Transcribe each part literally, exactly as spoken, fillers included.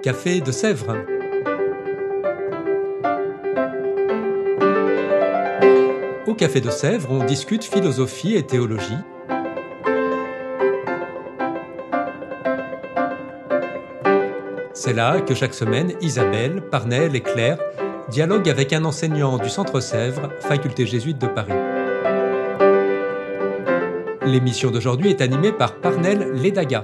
Café de Sèvres. Au Café de Sèvres, on discute philosophie et théologie. C'est là que chaque semaine, Isabelle, Parnell et Claire dialoguent avec un enseignant du Centre Sèvres, faculté jésuite de Paris. L'émission d'aujourd'hui est animée par Parnell Ledaga.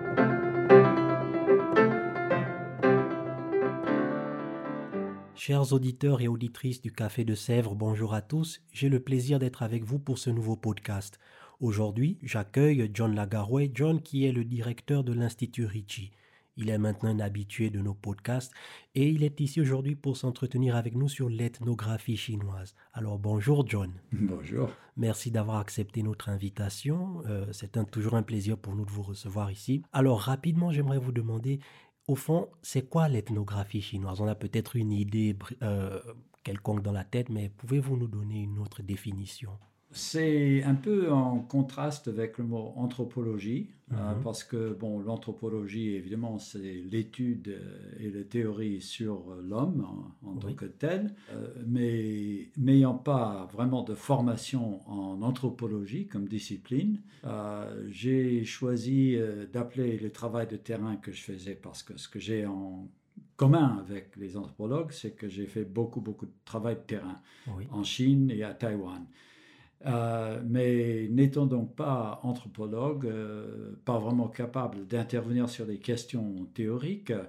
Chers auditeurs et auditrices du Café de Sèvres, bonjour à tous. J'ai le plaisir d'être avec vous pour ce nouveau podcast. Aujourd'hui, j'accueille John Lagarouet, John qui est le directeur de l'Institut Ricci. Il est maintenant un habitué de nos podcasts et il est ici aujourd'hui pour s'entretenir avec nous sur l'ethnographie chinoise. Alors bonjour John. Bonjour. Merci d'avoir accepté notre invitation. Euh, c'est un, toujours un plaisir pour nous de vous recevoir ici. Alors rapidement, j'aimerais vous demander, au fond, c'est quoi l'ethnographie chinoise? On a peut-être une idée euh, quelconque dans la tête, mais pouvez-vous nous donner une autre définition? C'est un peu en contraste avec le mot anthropologie, Mhm. euh, parce que bon, l'anthropologie, évidemment, c'est l'étude et la théorie sur l'homme en, en Oui. tant que tel, euh, mais n'ayant pas vraiment de formation en anthropologie comme discipline, euh, j'ai choisi euh, d'appeler le travail de terrain que je faisais, parce que ce que j'ai en commun avec les anthropologues, c'est que j'ai fait beaucoup, beaucoup de travail de terrain Oui. en Chine et à Taïwan. Euh, mais n'étant donc pas anthropologue, euh, pas vraiment capable d'intervenir sur des questions théoriques, Mhm.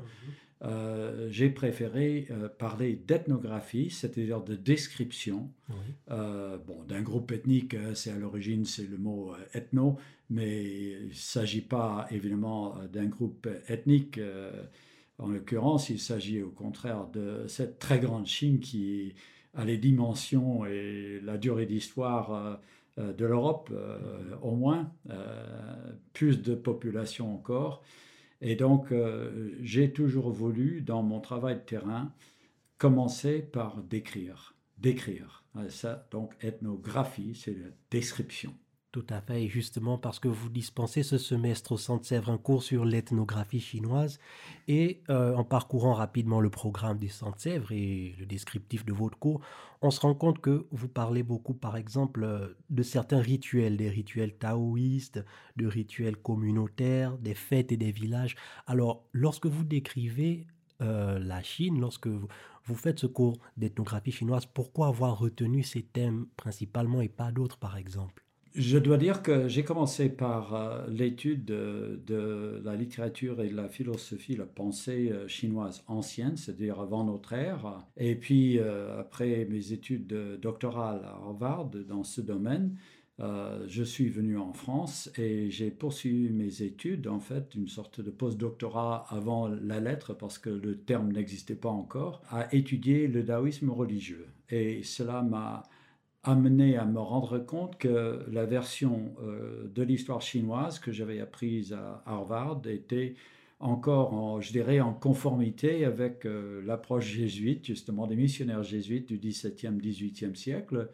euh, j'ai préféré euh, parler d'ethnographie, c'est-à-dire de description Oui. euh, bon, d'un groupe ethnique. C'est à l'origine, c'est le mot euh, ethno, mais il ne s'agit pas évidemment d'un groupe ethnique. Euh, en l'occurrence, il s'agit au contraire de cette très grande Chine qui a les dimensions et la durée d'histoire euh, de l'Europe, euh, au moins, euh, plus de population encore. Et donc, euh, j'ai toujours voulu, dans mon travail de terrain, commencer par décrire. Décrire. Ça, donc, ethnographie, c'est la description. Tout à fait, et justement parce que vous dispensez ce semestre au Centre Sèvres un cours sur l'ethnographie chinoise et euh, en parcourant rapidement le programme du Centre Sèvres et le descriptif de votre cours, on se rend compte que vous parlez beaucoup par exemple euh, de certains rituels, des rituels taoïstes, de rituels communautaires, des fêtes et des villages. Alors lorsque vous décrivez euh, la Chine, lorsque vous, vous faites ce cours d'ethnographie chinoise, pourquoi avoir retenu ces thèmes principalement et pas d'autres par exemple? Je dois dire que j'ai commencé par euh, l'étude de, de la littérature et de la philosophie, la pensée euh, chinoise ancienne, c'est-à-dire avant notre ère. Et puis, euh, après mes études doctorales à Harvard dans ce domaine, euh, je suis venu en France et j'ai poursuivi mes études, en fait, une sorte de post-doctorat avant la lettre, parce que le terme n'existait pas encore, à étudier le taoïsme religieux. Et cela m'a amené à me rendre compte que la version euh, de l'histoire chinoise que j'avais apprise à Harvard était encore, en, je dirais, en conformité avec euh, l'approche jésuite, justement des missionnaires jésuites du dix-septième, dix-huitième siècle,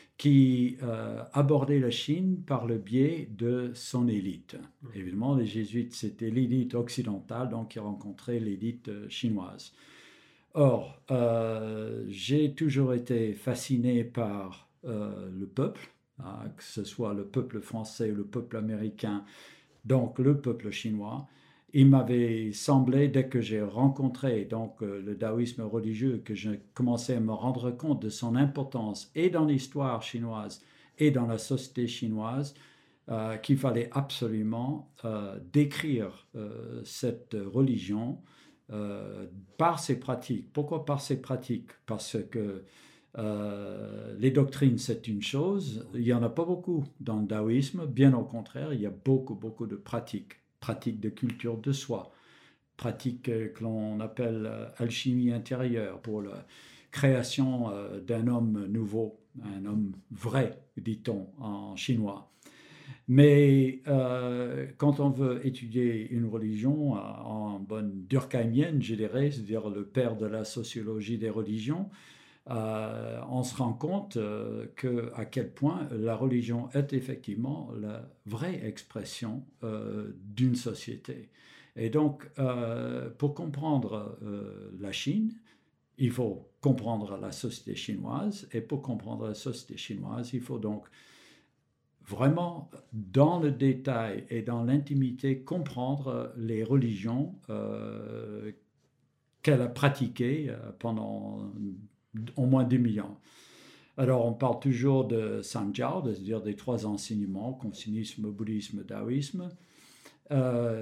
qui euh, abordaient la Chine par le biais de son élite. Mmh. Évidemment, les jésuites, c'était l'élite occidentale, donc qui rencontrait l'élite euh, chinoise. Or, euh, j'ai toujours été fasciné par Euh, le peuple, hein, que ce soit le peuple français ou le peuple américain, donc le peuple chinois. Il m'avait semblé, dès que j'ai rencontré donc, euh, le taoïsme religieux, que je commençais à me rendre compte de son importance et dans l'histoire chinoise et dans la société chinoise, euh, qu'il fallait absolument euh, décrire euh, cette religion euh, par ses pratiques. Pourquoi par ses pratiques? Parce que Euh, les doctrines, c'est une chose, il n'y en a pas beaucoup dans le taoïsme, bien au contraire, il y a beaucoup, beaucoup de pratiques, pratiques de culture de soi, pratiques que l'on appelle alchimie intérieure pour la création d'un homme nouveau, un homme vrai, dit-on en chinois. Mais euh, quand on veut étudier une religion en bonne durkheimienne, je dirais, c'est-à-dire le père de la sociologie des religions, Euh, on se rend compte euh, que, à quel point la religion est effectivement la vraie expression euh, d'une société. Et donc, euh, pour comprendre euh, la Chine, il faut comprendre la société chinoise. Et pour comprendre la société chinoise, il faut donc vraiment, dans le détail et dans l'intimité, comprendre les religions euh, qu'elle a pratiquées pendant au moins deux mille ans. Alors, on parle toujours de Sanjiao, c'est-à-dire des trois enseignements, confucianisme, bouddhisme, taoïsme. Euh,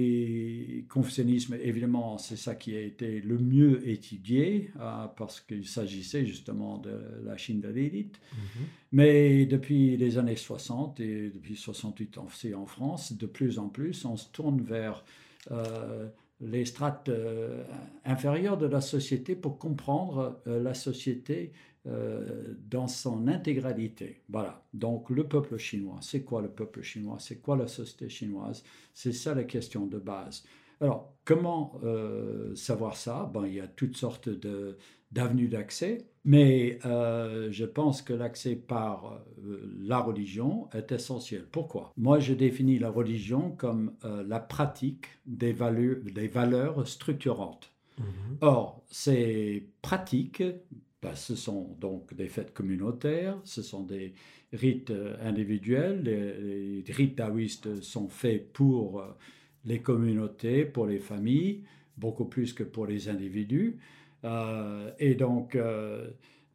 les confucianismes, évidemment, c'est ça qui a été le mieux étudié, euh, parce qu'il s'agissait justement de la Chine de l'élite. Mm-hmm. Mais depuis les années soixante et depuis soixante-huit aussi en France, de plus en plus, on se tourne vers euh, les strates euh, inférieures de la société pour comprendre euh, la société Euh, dans son intégralité. Voilà. Donc, le peuple chinois, c'est quoi le peuple chinois? C'est quoi la société chinoise? C'est ça la question de base. Alors, comment euh, savoir ça? Ben, il y a toutes sortes de, d'avenues d'accès, mais euh, je pense que l'accès par euh, la religion est essentiel. Pourquoi? Moi, je définis la religion comme euh, la pratique des valeurs, des valeurs structurantes. Mm-hmm. Or, ces pratiques, ben, ce sont donc des fêtes communautaires, ce sont des rites individuels. Les, les rites taoïstes sont faits pour les communautés, pour les familles, beaucoup plus que pour les individus. Euh, et donc, euh,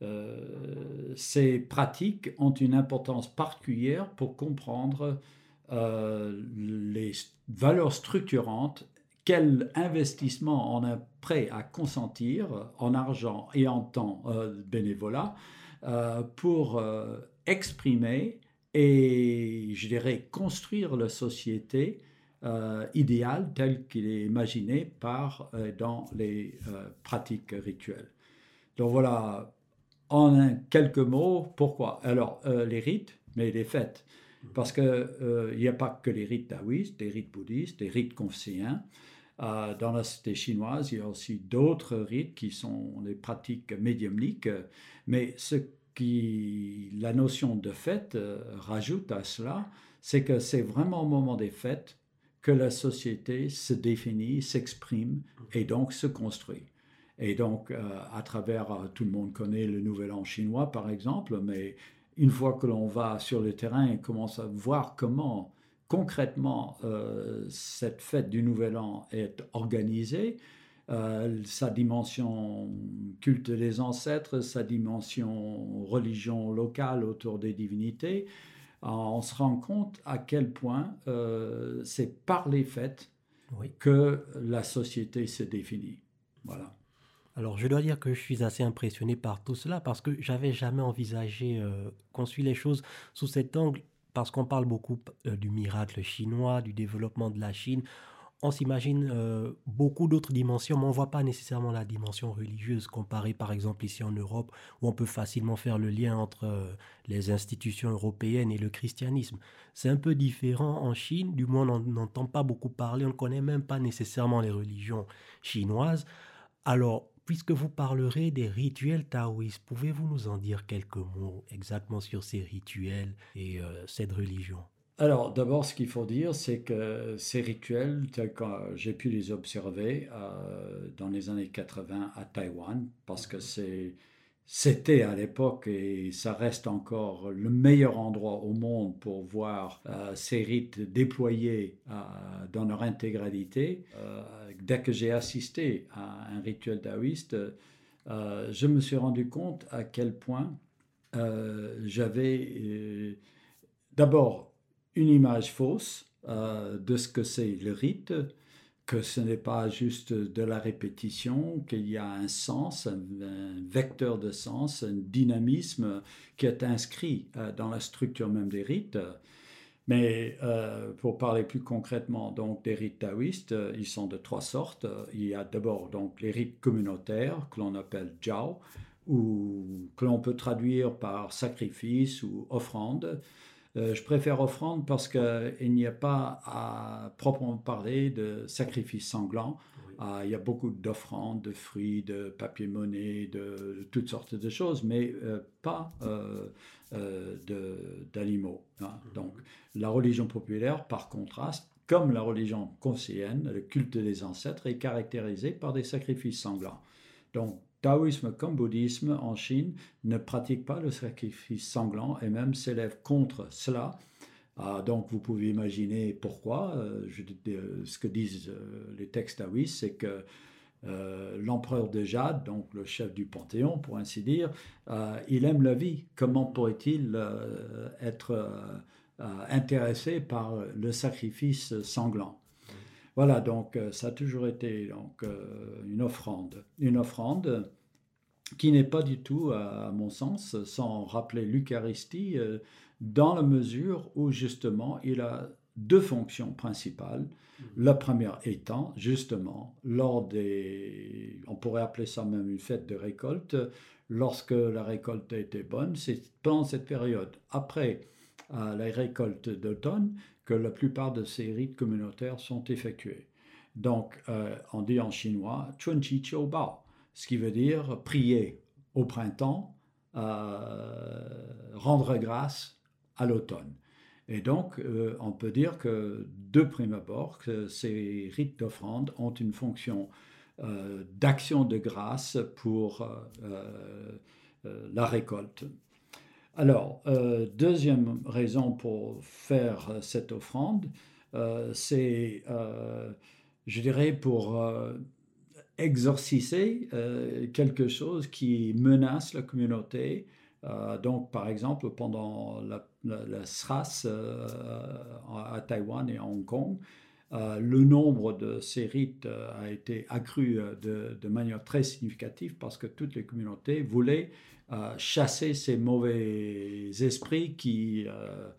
euh, ces pratiques ont une importance particulière pour comprendre euh, les valeurs structurantes. Quel investissement on est prêt à consentir en argent et en temps euh, bénévolat euh, pour euh, exprimer et, je dirais, construire la société euh, idéale telle qu'il est imaginé par, euh, dans les euh, pratiques rituelles. Donc voilà, en un, quelques mots, pourquoi? Alors, euh, les rites, mais les fêtes. Parce qu'il n'y euh, a pas que les rites taoïstes, des rites bouddhistes, des rites confucéens. Euh, dans la société chinoise, il y a aussi d'autres rites qui sont des pratiques médiumniques, mais ce qui, la notion de fête euh, rajoute à cela, c'est que c'est vraiment au moment des fêtes que la société se définit, s'exprime et donc se construit. Et donc, euh, à travers, euh, tout le monde connaît le Nouvel An chinois, par exemple, mais une fois que l'on va sur le terrain et commence à voir comment concrètement, euh, cette fête du Nouvel An est organisée, euh, sa dimension culte des ancêtres, sa dimension religion locale autour des divinités, euh, on se rend compte à quel point euh, c'est par les fêtes oui. que la société se définit. Voilà. Alors, je dois dire que je suis assez impressionné par tout cela parce que j'avais jamais envisagé euh, qu'on suit les choses sous cet angle. Parce qu'on parle beaucoup euh, du miracle chinois, du développement de la Chine, on s'imagine euh, beaucoup d'autres dimensions, mais on ne voit pas nécessairement la dimension religieuse comparée par exemple ici en Europe, où on peut facilement faire le lien entre euh, les institutions européennes et le christianisme. C'est un peu différent en Chine, du moins on n'entend pas beaucoup parler, on ne connaît même pas nécessairement les religions chinoises. Alors, puisque vous parlerez des rituels taoïstes, pouvez-vous nous en dire quelques mots exactement sur ces rituels et euh, cette religion? Alors, d'abord, ce qu'il faut dire, c'est que ces rituels, tels que j'ai pu les observer euh, dans les années quatre-vingts à Taïwan, parce que c'est, c'était à l'époque, et ça reste encore le meilleur endroit au monde pour voir euh, ces rites déployés euh, dans leur intégralité. Euh, dès que j'ai assisté à un rituel taoïste, euh, je me suis rendu compte à quel point euh, j'avais euh, d'abord une image fausse euh, de ce que c'est le rite, que ce n'est pas juste de la répétition, qu'il y a un sens, un, un vecteur de sens, un dynamisme qui est inscrit euh, dans la structure même des rites. Mais euh, pour parler plus concrètement donc des rites taoïstes, euh, ils sont de trois sortes. Il y a d'abord donc les rites communautaires que l'on appelle jiao, ou que l'on peut traduire par sacrifice ou offrande. Euh, je préfère offrande parce qu'il n'y a pas à proprement parler de sacrifice sanglant. Oui. Euh, il y a beaucoup d'offrandes, de fruits, de papier-monnaie, de, de toutes sortes de choses, mais euh, pas euh, euh, de, d'animaux. Hein. Mm-hmm. Donc, la religion populaire, par contraste, comme la religion confucéenne, le culte des ancêtres est caractérisé par des sacrifices sanglants. Donc, taoïsme comme bouddhisme en Chine ne pratiquent pas le sacrifice sanglant et même s'élèvent contre cela. Ah, donc, vous pouvez imaginer pourquoi. Euh, je, euh, ce que disent euh, les textes taoïstes, c'est que euh, l'empereur de Jade, donc le chef du panthéon, pour ainsi dire, euh, il aime la vie. Comment pourrait-il euh, être euh, euh, intéressé par le sacrifice sanglant? Voilà, donc euh, ça a toujours été donc, euh, une offrande. Une offrande qui n'est pas du tout, à mon sens, sans rappeler l'Eucharistie, euh, dans la mesure où justement il a deux fonctions principales. La première étant justement lors des, on pourrait appeler ça même une fête de récolte, lorsque la récolte a été bonne, c'est pendant cette période, après euh, la récolte d'automne, que la plupart de ces rites communautaires sont effectués. Donc, euh, on dit en chinois « Chun Chi Qiu Bao », ce qui veut dire prier au printemps, euh, rendre grâce à l'automne. Et donc, euh, on peut dire que, de prime abord, que ces rites d'offrande ont une fonction euh, d'action de grâce pour euh, euh, la récolte. Alors, euh, deuxième raison pour faire cette offrande, euh, c'est, euh, je dirais, pour euh, exorciser euh, quelque chose qui menace la communauté. Euh, donc, par exemple, pendant la, la, la SRAS euh, à Taïwan et à Hong Kong, euh, le nombre de ces rites euh, a été accru euh, de, de manière très significative parce que toutes les communautés voulaient euh, chasser ces mauvais esprits qui, euh,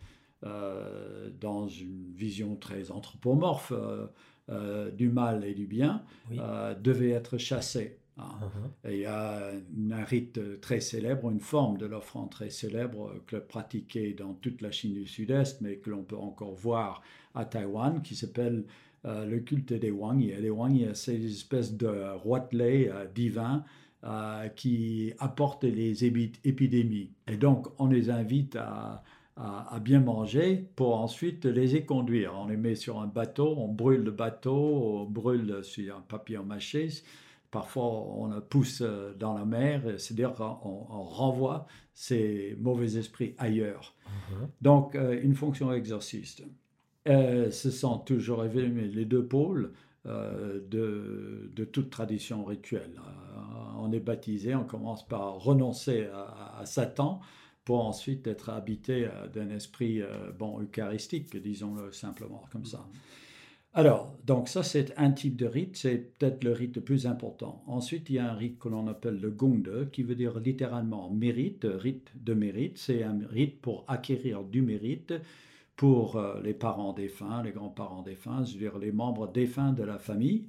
euh, dans une vision très anthropomorphe euh, euh, du mal et du bien, oui. euh, devaient être chassés. Hein. Uh-huh. Et il y a un rite très célèbre, une forme de l'offrande très célèbre que pratiquée dans toute la Chine du Sud-Est, mais que l'on peut encore voir à Taïwan, qui s'appelle euh, le culte des Wang. Les Wang, c'est une espèce de roitelet euh, divin euh, qui apporte les épidémies. Et donc, on les invite à, à, à bien manger pour ensuite les y conduire. On les met sur un bateau, on brûle le bateau, on brûle sur un papier mâché. Parfois, on le pousse dans la mer, c'est-à-dire qu'on on renvoie ces mauvais esprits ailleurs. Uh-huh. Donc, euh, une fonction exorciste. Euh, ce sont toujours les deux pôles euh, de, de toute tradition rituelle. Euh, on est baptisé, on commence par renoncer à, à Satan pour ensuite être habité d'un esprit euh, bon, eucharistique, disons-le simplement comme ça. Alors, donc ça c'est un type de rite, c'est peut-être le rite le plus important. Ensuite, il y a un rite que l'on appelle le gongde, qui veut dire littéralement mérite, rite de mérite. C'est un rite pour acquérir du mérite pour euh, les parents défunts, les grands-parents défunts, je veux dire les membres défunts de la famille.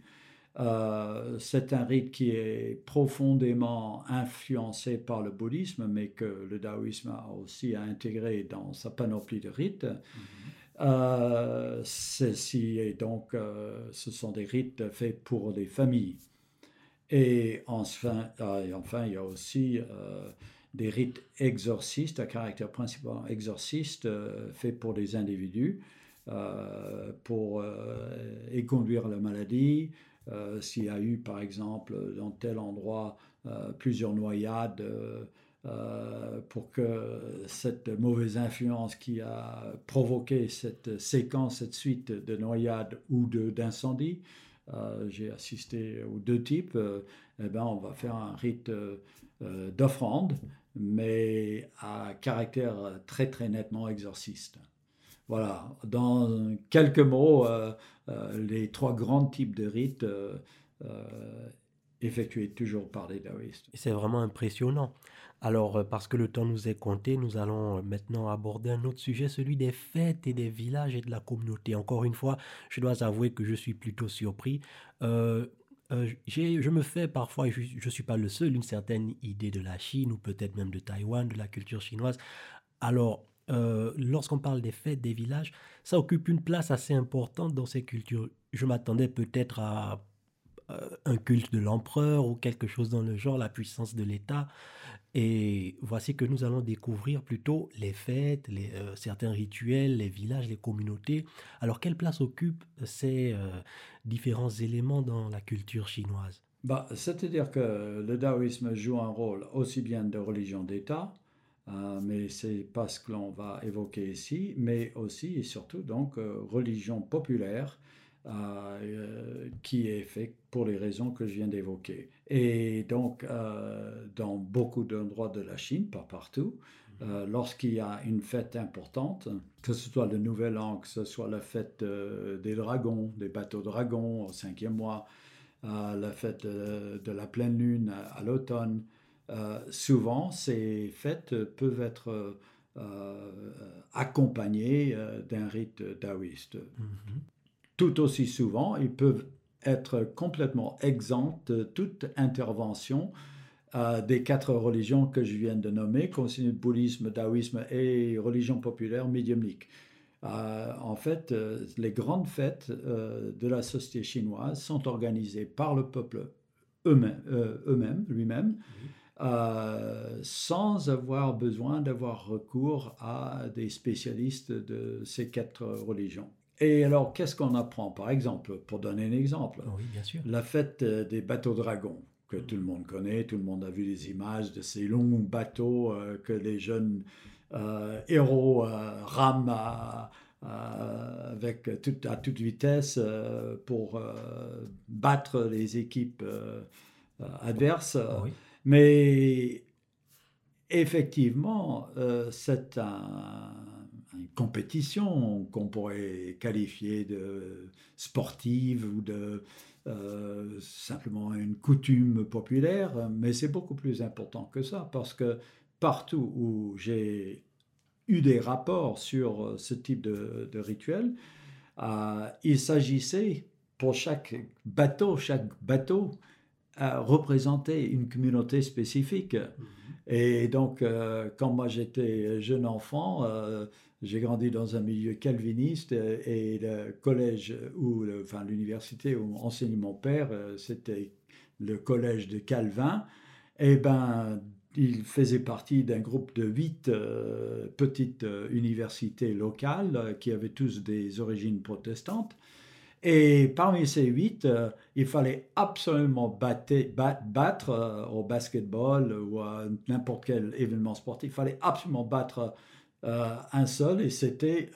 Euh, c'est un rite qui est profondément influencé par le bouddhisme, mais que le taoïsme a aussi intégré dans sa panoplie de rites. Mm-hmm. Euh, ceci est donc, euh, ce sont des rites faits pour les familles. Et enfin, euh, et enfin il y a aussi euh, des rites exorcistes, à caractère principalement exorciste, euh, faits pour les individus, euh, pour euh, éconduire la maladie. Euh, s'il y a eu, par exemple, dans tel endroit, euh, plusieurs noyades, euh, Euh, pour que cette mauvaise influence qui a provoqué cette séquence, cette suite de noyades ou de, d'incendies, euh, j'ai assisté aux deux types, euh, eh ben on va faire un rite euh, d'offrande, mais à caractère très très nettement exorciste. Voilà, dans quelques mots, euh, euh, les trois grands types de rites euh, euh, effectués toujours par les taoïstes. C'est vraiment impressionnant. Alors, parce que le temps nous est compté, nous allons maintenant aborder un autre sujet, celui des fêtes et des villages et de la communauté. Encore une fois, je dois avouer que je suis plutôt surpris. Euh, euh, j'ai, je me fais parfois, et je ne suis pas le seul, une certaine idée de la Chine ou peut-être même de Taïwan, de la culture chinoise. Alors, euh, lorsqu'on parle des fêtes, des villages, ça occupe une place assez importante dans ces cultures. Je m'attendais peut-être à... euh, un culte de l'empereur ou quelque chose dans le genre, la puissance de l'État. Et voici que nous allons découvrir plutôt les fêtes, les, euh, certains rituels, les villages, les communautés. Alors, quelle place occupent ces euh, différents éléments dans la culture chinoise? Bah, c'est-à-dire que le taoïsme joue un rôle aussi bien de religion d'État, euh, mais c'est pas ce que l'on va évoquer ici, mais aussi et surtout donc euh, religion populaire euh, euh, qui est faite pour les raisons que je viens d'évoquer. Et donc euh, dans beaucoup d'endroits de la Chine, pas partout, euh, lorsqu'il y a une fête importante, que ce soit le Nouvel An, que ce soit la fête euh, des dragons, des bateaux dragons au cinquième mois, à la fête de, de la pleine lune à, à l'automne. Euh, souvent, ces fêtes peuvent être euh, accompagnées euh, d'un rite taoïste. Mhm. Tout aussi souvent, ils peuvent être complètement exempts de toute intervention euh, des quatre religions que je viens de nommer, constituent bouddhisme, taoïsme et religion populaire médiumnique. Euh, en fait, euh, les grandes fêtes euh, de la société chinoise sont organisées par le peuple eux-mêmes, euh, eux-mêmes, lui-même, Oui. euh, sans avoir besoin d'avoir recours à des spécialistes de ces quatre religions. Et alors, qu'est-ce qu'on apprend? Par exemple, pour donner un exemple, Oui, bien sûr. la fête euh, des bateaux dragons, que tout le monde connaît, tout le monde a vu les images de ces longs bateaux euh, que les jeunes euh, héros euh, rament à, à, avec tout, à toute vitesse euh, pour euh, battre les équipes euh, adverses. Oui. Mais effectivement, euh, c'est un, une compétition qu'on pourrait qualifier de sportive ou de euh, simplement une coutume populaire, mais c'est beaucoup plus important que ça, parce que partout où j'ai eu des rapports sur ce type de, de rituel, euh, il s'agissait pour chaque bateau, chaque bateau euh, représentait une communauté spécifique. Mhm. Et donc, euh, quand moi j'étais jeune enfant, euh, j'ai grandi dans un milieu calviniste et le collège ou le, enfin, l'université où enseignait mon père, euh, c'était le collège de Calvin. Et ben, il faisait partie d'un groupe de huit euh, petites euh, universités locales euh, qui avaient tous des origines protestantes. Et parmi ces huit, euh, il fallait absolument battre, battre, battre euh, au basketball ou à n'importe quel événement sportif, il fallait absolument battre euh, un seul, et c'était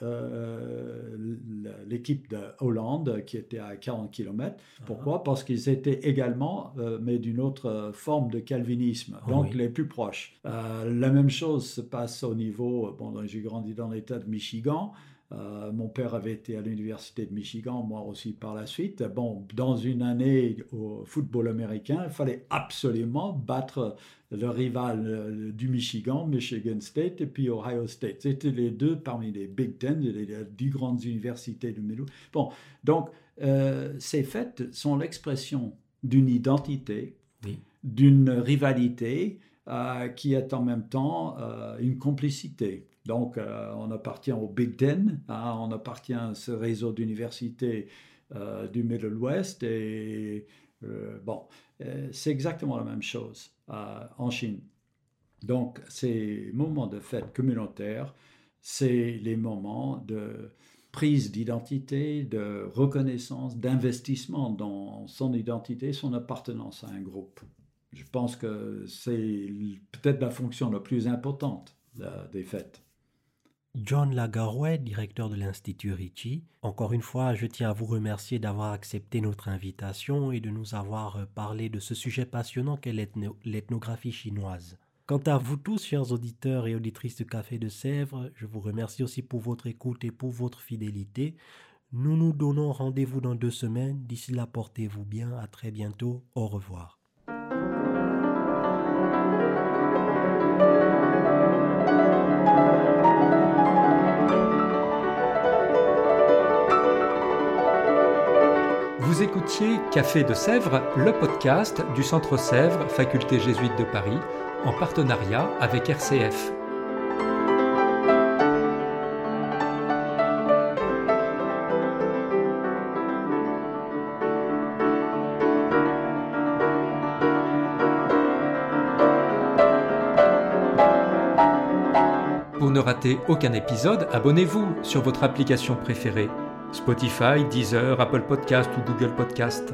euh, l'équipe de Hollande qui était à quarante kilomètres. Pourquoi? Parce qu'ils étaient également, euh, mais d'une autre forme de calvinisme, donc Oui. les plus proches. Euh, la même chose se passe au niveau, bon, j'ai grandi dans l'État de Michigan. Euh, mon père avait été à l'université de Michigan, moi aussi par la suite. Bon, dans une année au football américain, il fallait absolument battre le rival euh, du Michigan, Michigan State, et puis Ohio State. C'était les deux parmi les Big Ten, les, les dix grandes universités du Midwest. Bon, donc euh, ces fêtes sont l'expression d'une identité, Oui. d'une rivalité euh, qui est en même temps euh, une complicité. Donc, euh, on appartient au Big Ten, hein, on appartient à ce réseau d'universités euh, du Middle West, et euh, bon, euh, c'est exactement la même chose euh, en Chine. Donc, ces moments de fête communautaire, c'est les moments de prise d'identité, de reconnaissance, d'investissement dans son identité, son appartenance à un groupe. Je pense que c'est peut-être la fonction la plus importante euh, des fêtes. John Lagarouet, directeur de l'Institut Ricci. Encore une fois, je tiens à vous remercier d'avoir accepté notre invitation et de nous avoir parlé de ce sujet passionnant qu'est l'ethno- l'ethnographie chinoise. Quant à vous tous, chers auditeurs et auditrices de Café de Sèvres, je vous remercie aussi pour votre écoute et pour votre fidélité. Nous nous donnons rendez-vous dans deux semaines. D'ici là, portez-vous bien. À très bientôt. Au revoir. Vous écoutiez Café de Sèvres, le podcast du Centre Sèvres, Faculté jésuite de Paris, en partenariat avec R C F. ne ratez aucun épisode, abonnez-vous sur votre application préférée. Spotify, Deezer, Apple Podcast ou Google Podcast.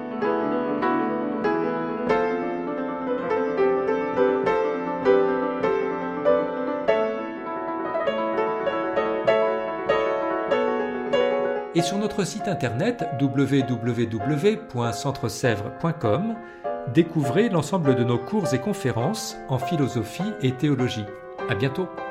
Et sur notre site internet w w w point centre sèvres point com, découvrez l'ensemble de nos cours et conférences en philosophie et théologie. À bientôt.